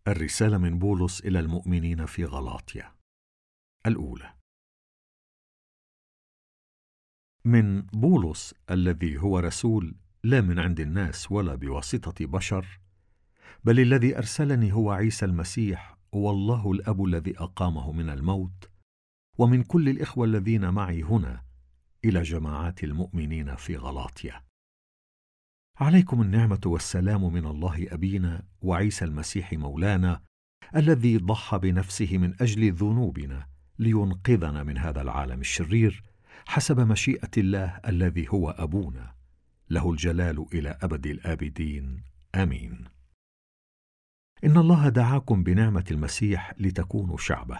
الرسالة من بولس إلى المؤمنين في غلاطيا الأولى. من بولس الذي هو رسول لا من عند الناس ولا بواسطة بشر، بل الذي أرسلني هو عيسى المسيح والله الأب الذي أقامه من الموت، ومن كل الإخوة الذين معي هنا إلى جماعات المؤمنين في غلاطيا. عليكم النعمة والسلام من الله أبينا وعيسى المسيح مولانا، الذي ضحى بنفسه من أجل ذنوبنا لينقذنا من هذا العالم الشرير حسب مشيئة الله الذي هو أبونا، له الجلال إلى أبد الآبدين. آمين. إن الله دعاكم بنعمة المسيح لتكونوا شعبه،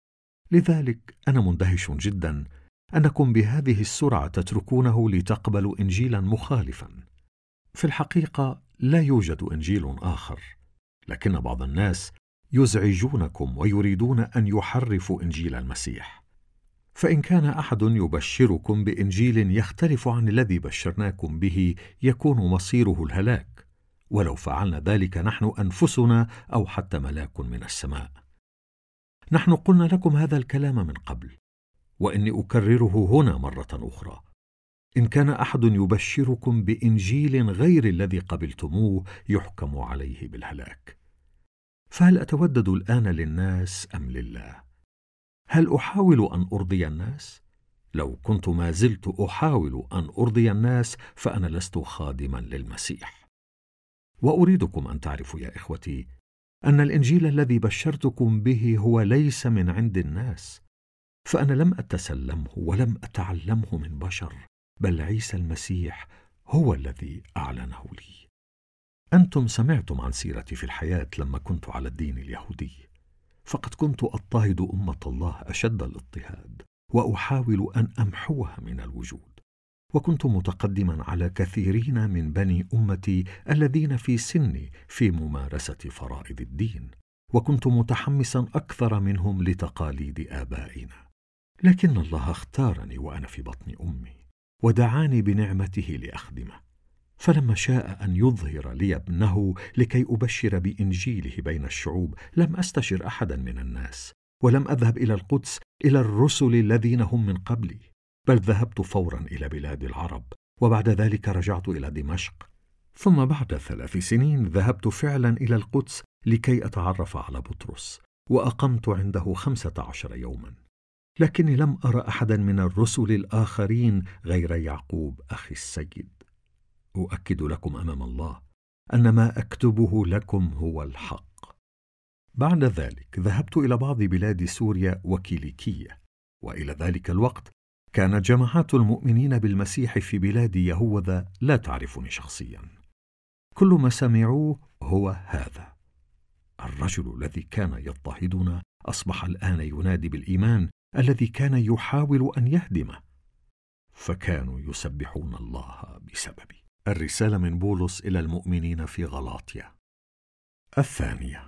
لذلك أنا مندهش جدا أنكم بهذه السرعة تتركونه لتقبلوا إنجيلا مخالفا. في الحقيقة لا يوجد إنجيل آخر، لكن بعض الناس يزعجونكم ويريدون أن يحرفوا إنجيل المسيح. فإن كان أحد يبشركم بإنجيل يختلف عن الذي بشرناكم به يكون مصيره الهلاك، ولو فعلنا ذلك نحن أنفسنا أو حتى ملاك من السماء. نحن قلنا لكم هذا الكلام من قبل، وإني أكرره هنا مرة أخرى: إن كان أحد يبشركم بإنجيل غير الذي قبلتموه يحكم عليه بالهلاك. فهل أتودد الآن للناس أم لله؟ هل أحاول أن أرضي الناس؟ لو كنت ما زلت أحاول أن أرضي الناس فأنا لست خادما للمسيح. وأريدكم أن تعرفوا يا إخوتي أن الإنجيل الذي بشرتكم به هو ليس من عند الناس، فأنا لم أتسلمه ولم أتعلمه من بشر، بل عيسى المسيح هو الذي أعلنه لي. أنتم سمعتم عن سيرتي في الحياة لما كنت على الدين اليهودي، فقد كنت أضطهد أمة الله أشد الاضطهاد، وأحاول أن أمحوها من الوجود، وكنت متقدما على كثيرين من بني أمتي الذين في سني في ممارسة فرائض الدين، وكنت متحمسا أكثر منهم لتقاليد آبائنا. لكن الله اختارني وأنا في بطن أمي، ودعاني بنعمته لأخدمه. فلما شاء أن يظهر لي ابنه لكي أبشر بإنجيله بين الشعوب، لم أستشر أحدا من الناس، ولم أذهب إلى القدس إلى الرسل الذين هم من قبلي، بل ذهبت فورا إلى بلاد العرب، وبعد ذلك رجعت إلى دمشق. ثم بعد 3 سنين ذهبت فعلا إلى القدس لكي أتعرف على بطرس، وأقمت عنده 15 يوما، لكني لم أرى أحدا من الرسل الآخرين غير يعقوب أخي السيد. أؤكد لكم أمام الله أن ما أكتبه لكم هو الحق. بعد ذلك ذهبت إلى بعض بلاد سوريا وكيليكية، وإلى ذلك الوقت كانت جماعات المؤمنين بالمسيح في بلاد يهوذا لا تعرفني شخصيا. كل ما سمعوه هو هذا: الرجل الذي كان يضطهدنا أصبح الآن ينادي بالإيمان الذي كان يحاول أن يهدمه، فكانوا يسبحون الله بسببي. الرسالة من بولس إلى المؤمنين في غلاطيا الثانية.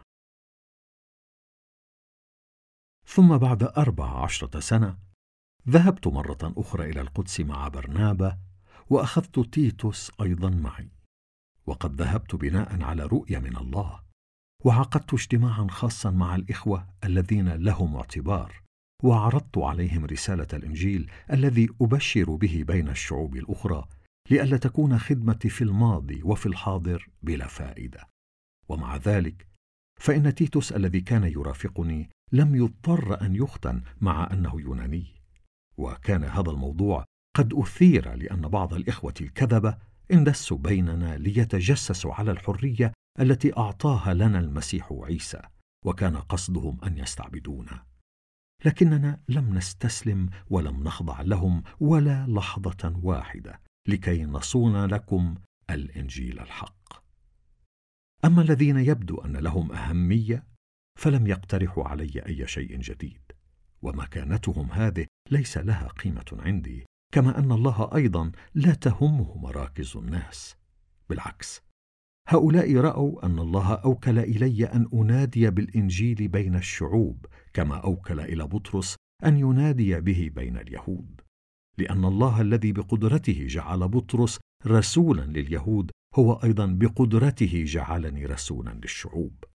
ثم بعد 14 سنة ذهبت مرة أخرى إلى القدس مع برنابا، وأخذت تيتوس أيضا معي، وقد ذهبت بناء على رؤية من الله، وعقدت اجتماعا خاصا مع الإخوة الذين لهم اعتبار، وعرضت عليهم رسالة الإنجيل الذي أبشر به بين الشعوب الأخرى، لئلا تكون خدمتي في الماضي وفي الحاضر بلا فائدة. ومع ذلك فإن تيتوس الذي كان يرافقني لم يضطر أن يختن مع أنه يوناني، وكان هذا الموضوع قد أثير لأن بعض الإخوة الكذبة اندسوا بيننا ليتجسسوا على الحرية التي أعطاها لنا المسيح عيسى، وكان قصدهم أن يستعبدونا. لكننا لم نستسلم ولم نخضع لهم ولا لحظة واحدة لكي نصون لكم الإنجيل الحق. أما الذين يبدو أن لهم أهمية فلم يقترحوا علي أي شيء جديد، ومكانتهم هذه ليس لها قيمة عندي، كما أن الله أيضا لا تهمه مراكز الناس. بالعكس، هؤلاء رأوا أن الله أوكل إلي أن أنادي بالإنجيل بين الشعوب، كما أوكل إلى بطرس أن ينادي به بين اليهود، لأن الله الذي بقدرته جعل بطرس رسولا لليهود هو أيضا بقدرته جعلني رسولا للشعوب.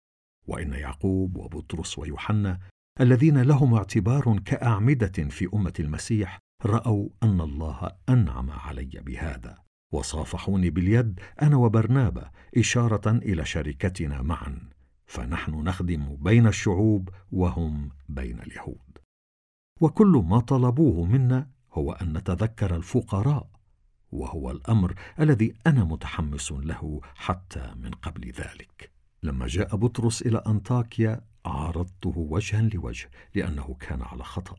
وإن يعقوب وبطرس ويوحنا الذين لهم اعتبار كأعمدة في أمة المسيح رأوا أن الله أنعم علي بهذا، وصافحوني باليد أنا وبرنابا، إشارة إلى شركتنا معا، فنحن نخدم بين الشعوب وهم بين اليهود. وكل ما طلبوه منا هو أن نتذكر الفقراء، وهو الأمر الذي أنا متحمس له حتى من قبل ذلك. لما جاء بطرس إلى أنطاكيا عارضته وجها لوجه لأنه كان على خطأ،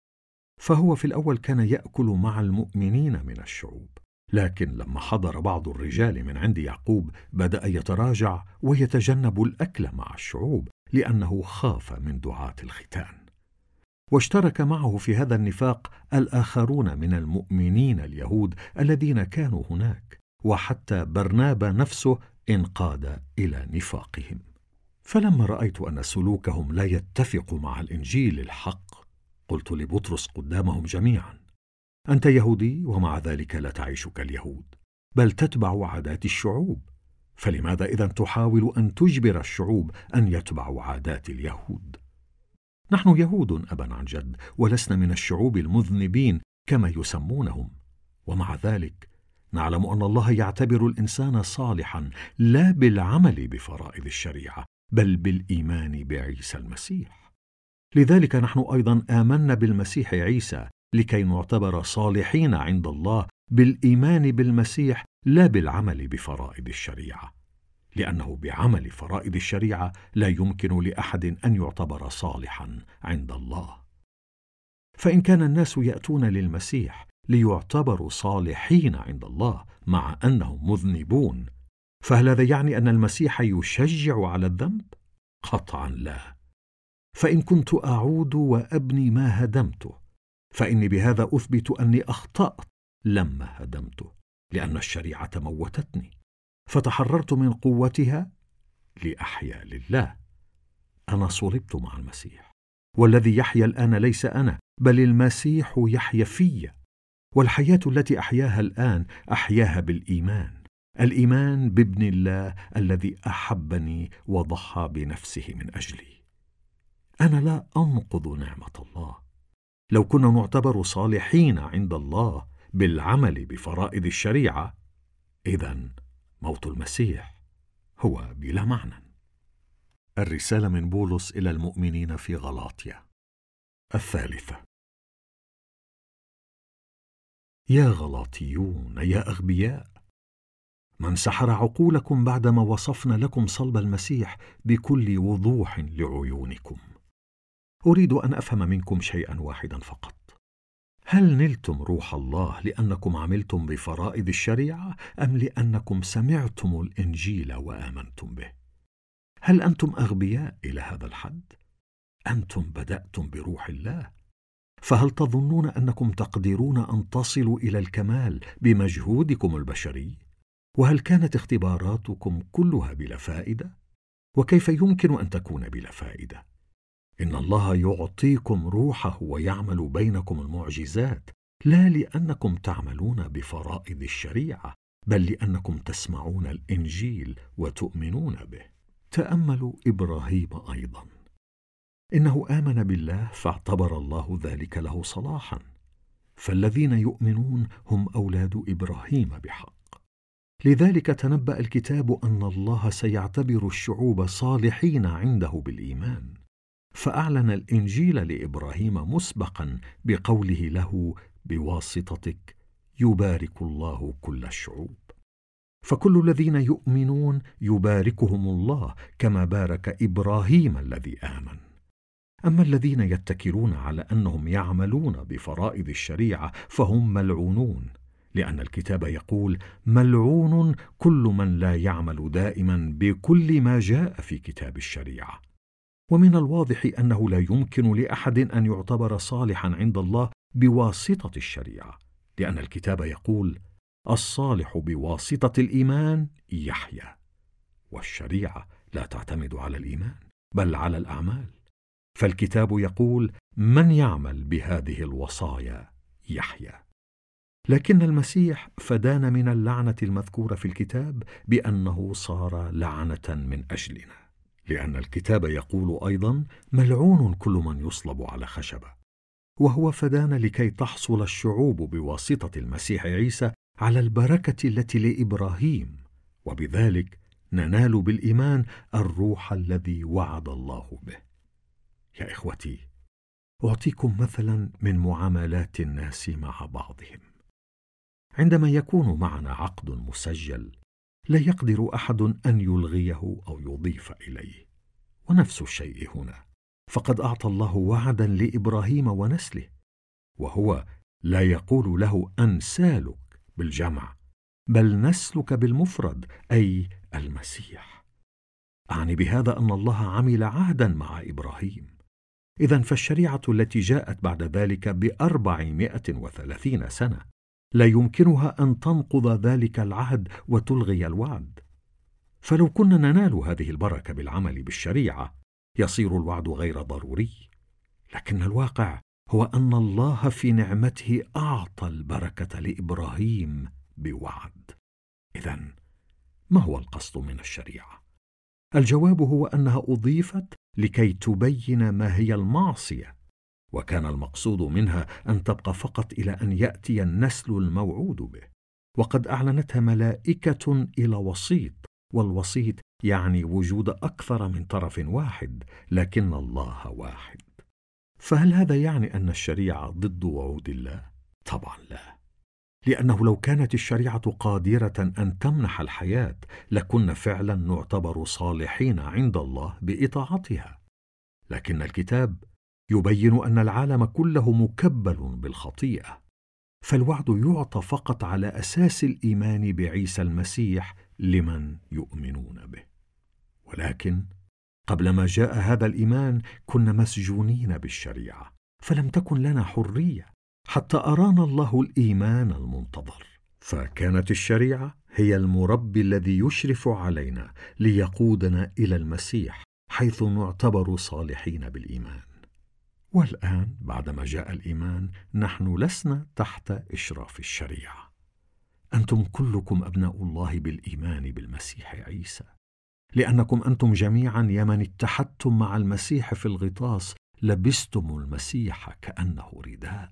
فهو في الأول كان يأكل مع المؤمنين من الشعوب، لكن لما حضر بعض الرجال من عند يعقوب بدأ يتراجع ويتجنب الأكل مع الشعوب لأنه خاف من دعاة الختان. واشترك معه في هذا النفاق الآخرون من المؤمنين اليهود الذين كانوا هناك، وحتى برنابا نفسه انقاد إلى نفاقهم. فلما رأيت أن سلوكهم لا يتفق مع الإنجيل الحق، قلت لبطرس قدامهم جميعا: أنت يهودي ومع ذلك لا تعيش كاليهود، بل تتبع عادات الشعوب، فلماذا إذن تحاول أن تجبر الشعوب أن يتبعوا عادات اليهود؟ نحن يهود أبا عن جد، ولسنا من الشعوب المذنبين كما يسمونهم، ومع ذلك نعلم أن الله يعتبر الإنسان صالحا لا بالعمل بفرائض الشريعة، بل بالإيمان بعيسى المسيح. لذلك نحن أيضا آمنا بالمسيح عيسى لكي نعتبر صالحين عند الله بالإيمان بالمسيح لا بالعمل بفرائض الشريعة، لأنه بعمل فرائض الشريعة لا يمكن لأحد أن يعتبر صالحا عند الله. فإن كان الناس يأتون للمسيح ليعتبروا صالحين عند الله مع أنهم مذنبون، فهل هذا يعني أن المسيح يشجع على الذنب؟ قطعا لا. فإن كنت أعود وأبني ما هدمته، فإني بهذا أثبت أني أخطأت لما هدمته، لأن الشريعة موتتني، فتحررت من قوتها لأحيا لله. أنا صلبت مع المسيح، والذي يحيا الآن ليس أنا، بل المسيح يحيا في، والحياة التي أحياها الآن أحياها بالإيمان، الإيمان بابن الله الذي أحبني وضحى بنفسه من أجلي. أنا لا أنقض نعمة الله. لو كنا نعتبر صالحين عند الله بالعمل بفرائض الشريعة، إذن موت المسيح هو بلا معنى. الرسالة من بولس إلى المؤمنين في غلاطيا 3. يا غلاطيون يا أغبياء، من سحر عقولكم بعدما وصفنا لكم صلب المسيح بكل وضوح لعيونكم؟ أريد أن أفهم منكم شيئا واحدا فقط: هل نلتم روح الله لأنكم عملتم بفرائض الشريعة، أم لأنكم سمعتم الإنجيل وآمنتم به؟ هل أنتم أغبياء إلى هذا الحد؟ أنتم بدأتم بروح الله، فهل تظنون أنكم تقدرون أن تصلوا إلى الكمال بمجهودكم البشري؟ وهل كانت اختباراتكم كلها بلا فائدة؟ وكيف يمكن أن تكون بلا فائدة؟ إن الله يعطيكم روحه ويعمل بينكم المعجزات، لا لأنكم تعملون بفرائض الشريعة، بل لأنكم تسمعون الإنجيل وتؤمنون به. تأملوا إبراهيم أيضا، إنه آمن بالله فاعتبر الله ذلك له صلاحا، فالذين يؤمنون هم أولاد إبراهيم بحق. لذلك تنبأ الكتاب أن الله سيعتبر الشعوب صالحين عنده بالإيمان، فأعلن الإنجيل لإبراهيم مسبقا بقوله له: بواسطتك يبارك الله كل الشعوب. فكل الذين يؤمنون يباركهم الله كما بارك إبراهيم الذي آمن. أما الذين يتكلون على أنهم يعملون بفرائض الشريعة فهم ملعونون، لأن الكتاب يقول: ملعون كل من لا يعمل دائما بكل ما جاء في كتاب الشريعة. ومن الواضح أنه لا يمكن لأحد أن يعتبر صالحا عند الله بواسطة الشريعة، لأن الكتاب يقول: الصالح بواسطة الإيمان يحيا، والشريعة لا تعتمد على الإيمان بل على الأعمال. فالكتاب يقول: من يعمل بهذه الوصايا يحيا. لكن المسيح فدانا من اللعنة المذكورة في الكتاب بأنه صار لعنة من أجلنا، لأن الكتاب يقول أيضا: ملعون كل من يصلب على خشبة. وهو فدانا لكي تحصل الشعوب بواسطة المسيح عيسى على البركة التي لإبراهيم، وبذلك ننال بالإيمان الروح الذي وعد الله به. يا إخوتي، أعطيكم مثلا من معاملات الناس مع بعضهم. عندما يكون معنا عقد مسجل، لا يقدر أحد أن يلغيه أو يضيف إليه. ونفس الشيء هنا، فقد أعطى الله وعدا لإبراهيم ونسله، وهو لا يقول له أنسالك بالجمع، بل نسلك بالمفرد، أي المسيح. أعني بهذا أن الله عمل عهدا مع إبراهيم. إذن فالشريعة التي جاءت بعد ذلك ب430 سنة لا يمكنها أن تنقض ذلك العهد وتلغي الوعد. فلو كنا ننال هذه البركة بالعمل بالشريعة، يصير الوعد غير ضروري. لكن الواقع هو أن الله في نعمته أعطى البركة لإبراهيم بوعد. إذن ما هو القصد من الشريعة؟ الجواب هو أنها أضيفت لكي تبين ما هي المعصية، وكان المقصود منها أن تبقى فقط إلى أن يأتي النسل الموعود به. وقد أعلنتها ملائكة إلى وسيط، والوسيط يعني وجود أكثر من طرف واحد، لكن الله واحد. فهل هذا يعني أن الشريعة ضد وعود الله؟ طبعا لا، لأنه لو كانت الشريعة قادرة أن تمنح الحياة لكنا فعلا نعتبر صالحين عند الله بإطاعتها. لكن الكتاب يبين أن العالم كله مكبل بالخطيئة، فالوعد يعطى فقط على أساس الإيمان بعيسى المسيح لمن يؤمنون به. ولكن قبل ما جاء هذا الإيمان كنا مسجونين بالشريعة، فلم تكن لنا حرية حتى أرانا الله الإيمان المنتظر. فكانت الشريعة هي المربي الذي يشرف علينا ليقودنا إلى المسيح، حيث نعتبر صالحين بالإيمان. والآن بعدما جاء الإيمان نحن لسنا تحت إشراف الشريعة. أنتم كلكم أبناء الله بالإيمان بالمسيح عيسى، لأنكم أنتم جميعا يا من اتحدتم مع المسيح في الغطاس لبستم المسيح كأنه رداء.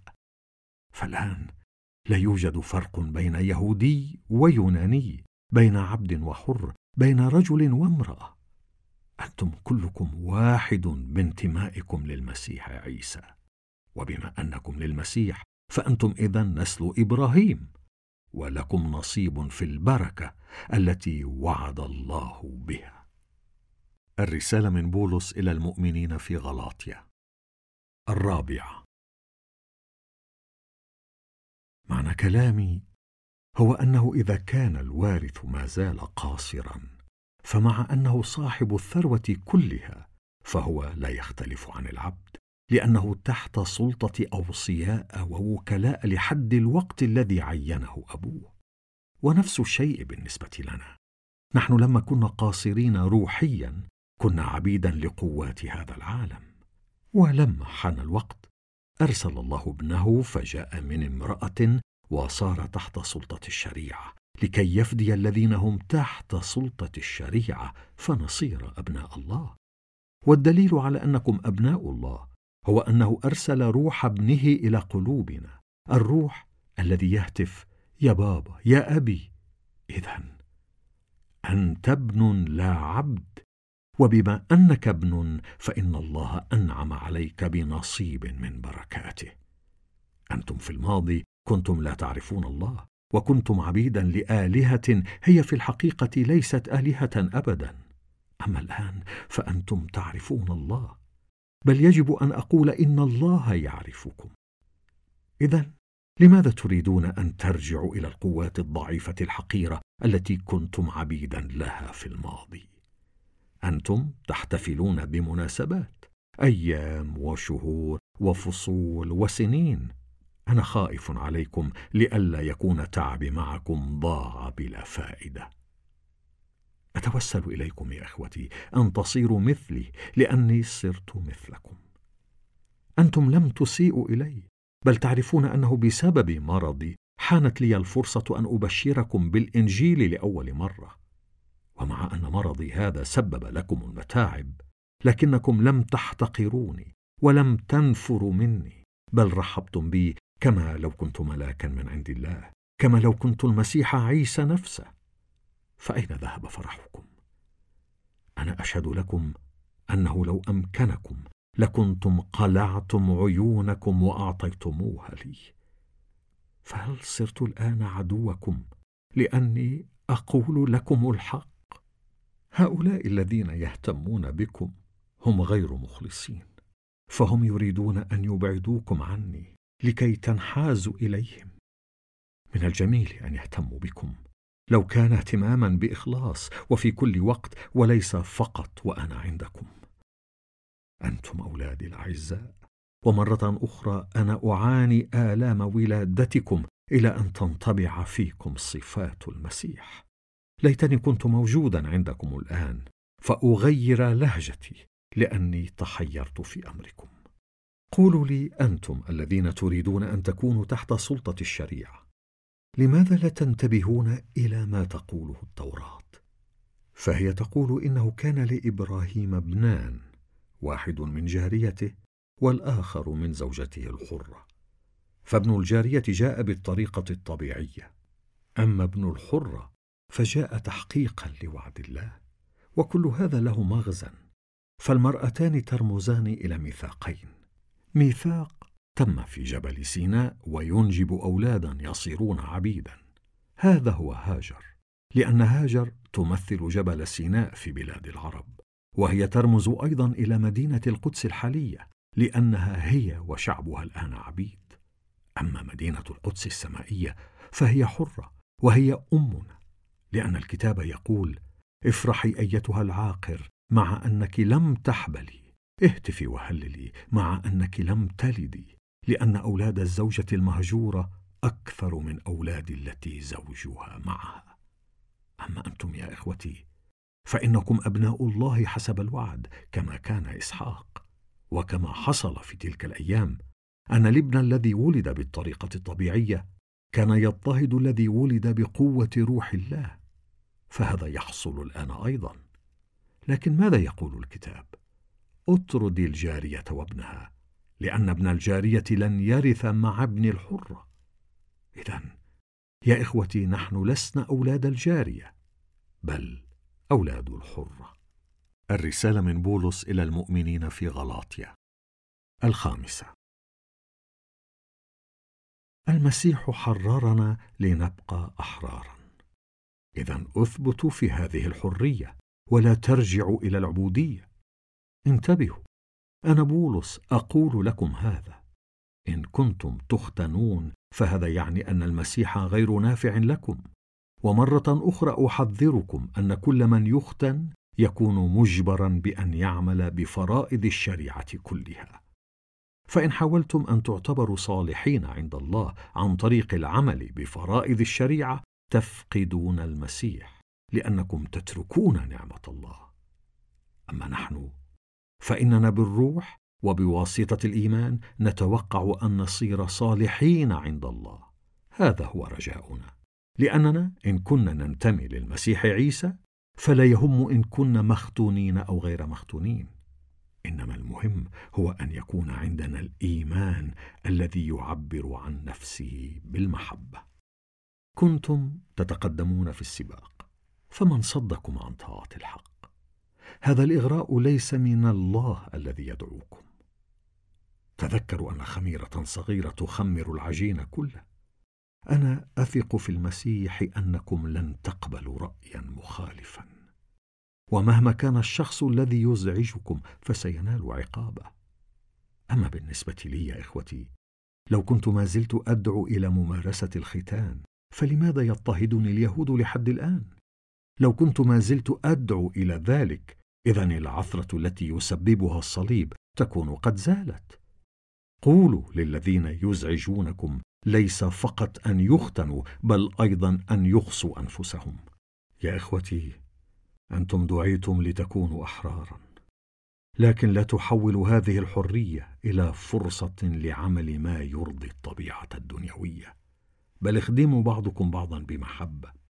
فالآن لا يوجد فرق بين يهودي ويوناني، بين عبد وحر، بين رجل وامرأة. أنتم كلكم واحد بانتمائكم للمسيح عيسى، وبما أنكم للمسيح فأنتم إذن نسل إبراهيم، ولكم نصيب في البركة التي وعد الله بها. الرسالة من بولس إلى المؤمنين في غلاطيا 4. معنى كلامي هو أنه إذا كان الوارث ما زال قاصرا، فمع أنه صاحب الثروة كلها فهو لا يختلف عن العبد، لأنه تحت سلطة أوصياء ووكلاء لحد الوقت الذي عينه أبوه. ونفس الشيء بالنسبة لنا، نحن لما كنا قاصرين روحيا كنا عبيدا لقوات هذا العالم. ولما حان الوقت أرسل الله ابنه فجاء من امرأة وصار تحت سلطة الشريعة، لكي يفدي الذين هم تحت سلطة الشريعة فنصير أبناء الله. والدليل على أنكم أبناء الله هو أنه أرسل روح ابنه إلى قلوبنا، الروح الذي يهتف: يا بابا، يا أبي. إذن أنت ابن لا عبد، وبما أنك ابن فإن الله أنعم عليك بنصيب من بركاته. أنتم في الماضي كنتم لا تعرفون الله، وكنتم عبيدا لآلهة هي في الحقيقة ليست آلهة أبدا. أما الآن فأنتم تعرفون الله، بل يجب أن أقول إن الله يعرفكم. إذن لماذا تريدون أن ترجعوا إلى القوات الضعيفة الحقيرة التي كنتم عبيدا لها في الماضي؟ أنتم تحتفلون بمناسبات، أيام وشهور وفصول وسنين. أنا خائف عليكم لئلا يكون تعبي معكم ضاع بلا فائدة. أتوسل إليكم يا إخوتي أن تصيروا مثلي، لأني صرت مثلكم. أنتم لم تسيئوا إلي، بل تعرفون أنه بسبب مرضي حانت لي الفرصة أن أبشركم بالإنجيل لأول مرة. ومع أن مرضي هذا سبب لكم المتاعب، لكنكم لم تحتقروني ولم تنفروا مني، بل رحبتم بي كما لو كنت ملاكا من عند الله، كما لو كنت المسيح عيسى نفسه. فأين ذهب فرحكم؟ أنا أشهد لكم أنه لو أمكنكم لكنتم قلعتم عيونكم وأعطيتموها لي. فهل صرت الآن عدوكم لأني أقول لكم الحق؟ هؤلاء الذين يهتمون بكم هم غير مخلصين، فهم يريدون أن يبعدوكم عني لكي تنحازوا إليهم. من الجميل أن يهتموا بكم لو كان اهتماما بإخلاص وفي كل وقت، وليس فقط وأنا عندكم. أنتم أولادي الأعزاء، ومرة أخرى أنا أعاني آلام ولادتكم إلى أن تنطبع فيكم صفات المسيح. ليتني كنت موجودا عندكم الآن فأغير لهجتي، لأني تحيرت في أمركم. قولوا لي أنتم الذين تريدون أن تكونوا تحت سلطة الشريعة، لماذا لا تنتبهون إلى ما تقوله التوراة؟ فهي تقول إنه كان لإبراهيم ابنان، واحد من جاريته والآخر من زوجته الحرة، فابن الجارية جاء بالطريقة الطبيعية، أما ابن الحرة فجاء تحقيقا لوعد الله. وكل هذا له مغزى، فالمرأتان ترمزان إلى ميثاقين: ميثاق تم في جبل سيناء وينجب أولادا يصيرون عبيدا، هذا هو هاجر، لأن هاجر تمثل جبل سيناء في بلاد العرب، وهي ترمز أيضا إلى مدينة القدس الحالية، لأنها هي وشعبها الآن عبيد. أما مدينة القدس السمائية فهي حرة، وهي أمنا، لأن الكتاب يقول: افرحي أيتها العاقر مع أنك لم تحبلي، اهتفي وهللي مع أنك لم تلدي، لأن أولاد الزوجة المهجورة أكثر من أولاد التي زوجها معها. أما أنتم يا إخوتي فإنكم أبناء الله حسب الوعد، كما كان إسحاق. وكما حصل في تلك الأيام أن الابن الذي ولد بالطريقة الطبيعية كان يضطهد الذي ولد بقوة روح الله، فهذا يحصل الآن أيضا. لكن ماذا يقول الكتاب؟ اطرد الجارية وابنها، لأن ابن الجارية لن يرث مع ابن الحرة. إذن يا إخوتي نحن لسنا أولاد الجارية، بل أولاد الحرة. الرسالة من بولس إلى المؤمنين في غلاطيا 5. المسيح حررنا لنبقى أحرارا، إذن أثبتوا في هذه الحرية ولا ترجعوا إلى العبودية. انتبهوا، أنا بولس أقول لكم هذا: إن كنتم تختنون فهذا يعني أن المسيح غير نافع لكم. ومرة أخرى أحذركم أن كل من يختن يكون مجبرا بأن يعمل بفرائض الشريعة كلها. فإن حاولتم أن تعتبروا صالحين عند الله عن طريق العمل بفرائض الشريعة تفقدون المسيح، لأنكم تتركون نعمة الله. أما نحن فإننا بالروح وبواسطة الإيمان نتوقع أن نصير صالحين عند الله. هذا هو رجاؤنا، لأننا إن كنا ننتمي للمسيح عيسى فلا يهم إن كنا مختونين أو غير مختونين، إنما المهم هو أن يكون عندنا الإيمان الذي يعبر عن نفسه بالمحبة. كنتم تتقدمون في السباق، فمن صدكم عن طاعة الحق؟ هذا الإغراء ليس من الله الذي يدعوكم. تذكروا أن خميرة صغيرة تخمر العجين كله. أنا أثق في المسيح أنكم لن تقبلوا رأيا مخالفا، ومهما كان الشخص الذي يزعجكم فسينال عقابه. أما بالنسبة لي يا إخوتي، لو كنت ما زلت أدعو إلى ممارسة الختان فلماذا يضطهدني اليهود لحد الآن؟ لو كنت ما زلت أدعو إلى ذلك إذن العثرة التي يسببها الصليب تكون قد زالت. قولوا للذين يزعجونكم ليس فقط أن يختنوا بل أيضا أن يخصوا أنفسهم. يا إخوتي، أنتم دعيتم لتكونوا أحرارا، لكن لا تحولوا هذه الحرية إلى فرصة لعمل ما يرضي الطبيعة الدنيوية، بل اخدموا بعضكم بعضا بمحبة،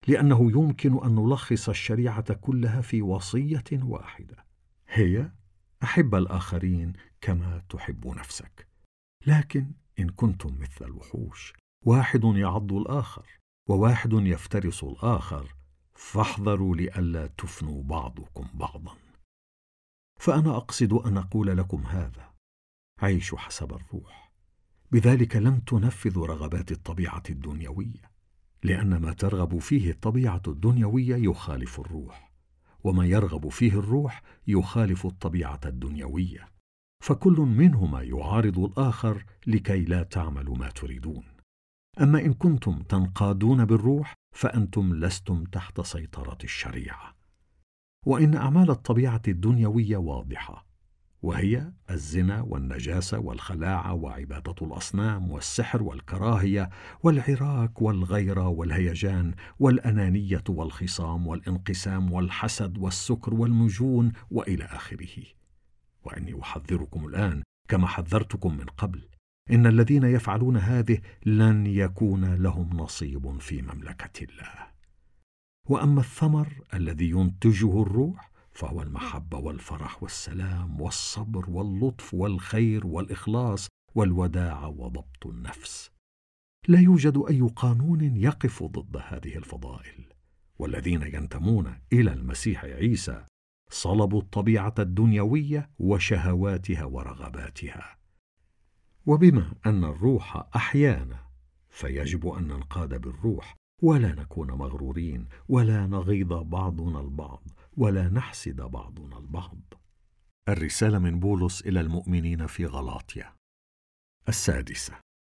لأنه يمكن أن نلخص الشريعة كلها في وصية واحدة، هي: أحب الآخرين كما تحب نفسك. لكن إن كنتم مثل الوحوش، واحد يعض الآخر وواحد يفترس الآخر، فاحذروا لئلا تفنوا بعضكم بعضا. فأنا أقصد أن أقول لكم هذا: عيشوا حسب الروح، بذلك لن تنفذوا رغبات الطبيعة الدنيوية، لأن ما ترغب فيه الطبيعة الدنيوية يخالف الروح، وما يرغب فيه الروح يخالف الطبيعة الدنيوية، فكل منهما يعارض الآخر لكي لا تعملوا ما تريدون. أما إن كنتم تنقادون بالروح فأنتم لستم تحت سيطرة الشريعة. وإن أعمال الطبيعة الدنيوية واضحة، وهي الزنا والنجاسة والخلاعة وعبادة الأصنام والسحر والكراهية والعراك والغيرة والهيجان والأنانية والخصام والانقسام والحسد والسكر والمجون وإلى آخره. وإني أحذركم الآن كما حذرتكم من قبل: إن الذين يفعلون هذه لن يكون لهم نصيب في مملكة الله. وأما الثمر الذي ينتجه الروح فهو المحبة والفرح والسلام والصبر واللطف والخير والإخلاص والوداع وضبط النفس. لا يوجد أي قانون يقف ضد هذه الفضائل، والذين ينتمون إلى المسيح عيسى صلبوا الطبيعة الدنيوية وشهواتها ورغباتها. وبما أن الروح أحيانا، فيجب أن ننقاد بالروح، ولا نكون مغرورين، ولا نغيظ بعضنا البعض، ولا نحسد بعضنا البعض. الرسالة من بولس إلى المؤمنين في غلاطيا. 6.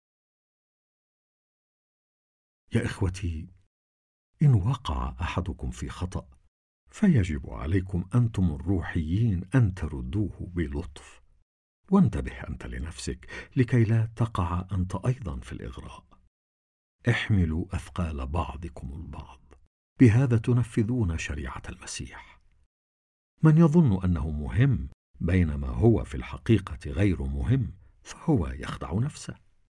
يا إخوتي، إن وقع أحدكم في خطأ فيجب عليكم أنتم الروحيين أن تردوه بلطف، وانتبه أنت لنفسك لكي لا تقع أنت أيضا في الإغراء. احملوا أثقال بعضكم البعض، بهذا تنفذون شريعة المسيح. من يظن أنه مهم بينما هو في الحقيقة غير مهم فهو يخدع نفسه.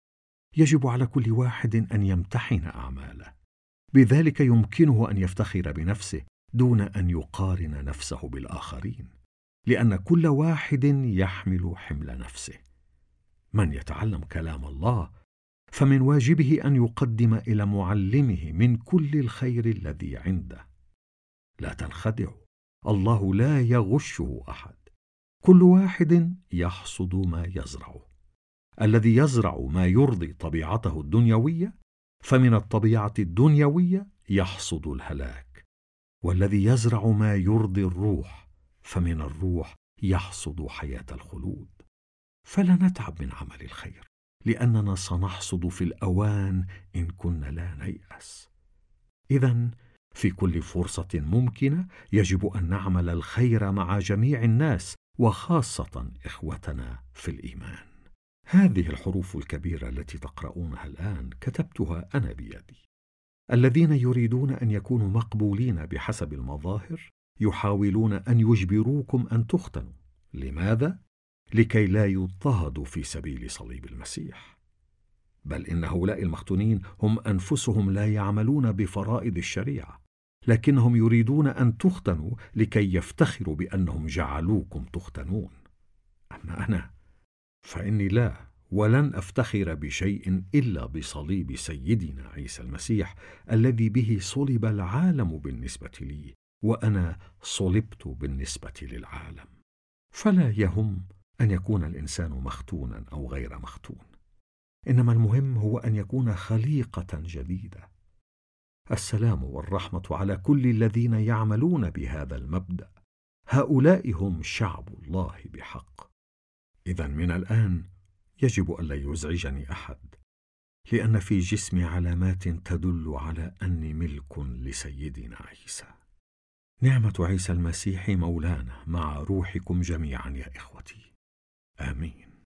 يجب على كل واحد أن يمتحن أعماله، بذلك يمكنه أن يفتخر بنفسه دون أن يقارن نفسه بالآخرين، لأن كل واحد يحمل حمل نفسه. من يتعلم كلام الله فمن واجبه أن يقدم إلى معلمه من كل الخير الذي عنده. لا تنخدعوا، الله لا يغشه أحد. كل واحد يحصد ما يزرعه. الذي يزرع ما يرضي طبيعته الدنيوية فمن الطبيعة الدنيوية يحصد الهلاك، والذي يزرع ما يرضي الروح فمن الروح يحصد حياة الخلود. فلا نتعب من عمل الخير، لأننا سنحصد في الأوان إن كنا لا نيأس. إذن في كل فرصة ممكنة يجب أن نعمل الخير مع جميع الناس، وخاصة إخوتنا في الإيمان. هذه الحروف الكبيرة التي تقرؤونها الآن كتبتها أنا بيدي. الذين يريدون أن يكونوا مقبولين بحسب المظاهر يحاولون أن يجبروكم أن تختنوا. لماذا؟ لكي لا يضطهدوا في سبيل صليب المسيح. بل إن هؤلاء المختونين هم أنفسهم لا يعملون بفرائض الشريعة، لكنهم يريدون أن تختنوا لكي يفتخروا بأنهم جعلوكم تختنون. أما أنا فإني لا ولن أفتخر بشيء إلا بصليب سيدنا عيسى المسيح، الذي به صلب العالم بالنسبة لي، وأنا صلبت بالنسبة للعالم. فلا يهم أن يكون الإنسان مختونا أو غير مختون، إنما المهم هو أن يكون خليقة جديدة. السلام والرحمة على كل الذين يعملون بهذا المبدأ، هؤلاء هم شعب الله بحق. إذن من الآن يجب ألا يزعجني أحد، لأن في جسمي علامات تدل على أني ملك لسيدنا عيسى. نعمة عيسى المسيح مولانا مع روحكم جميعا يا إخوتي. آمين.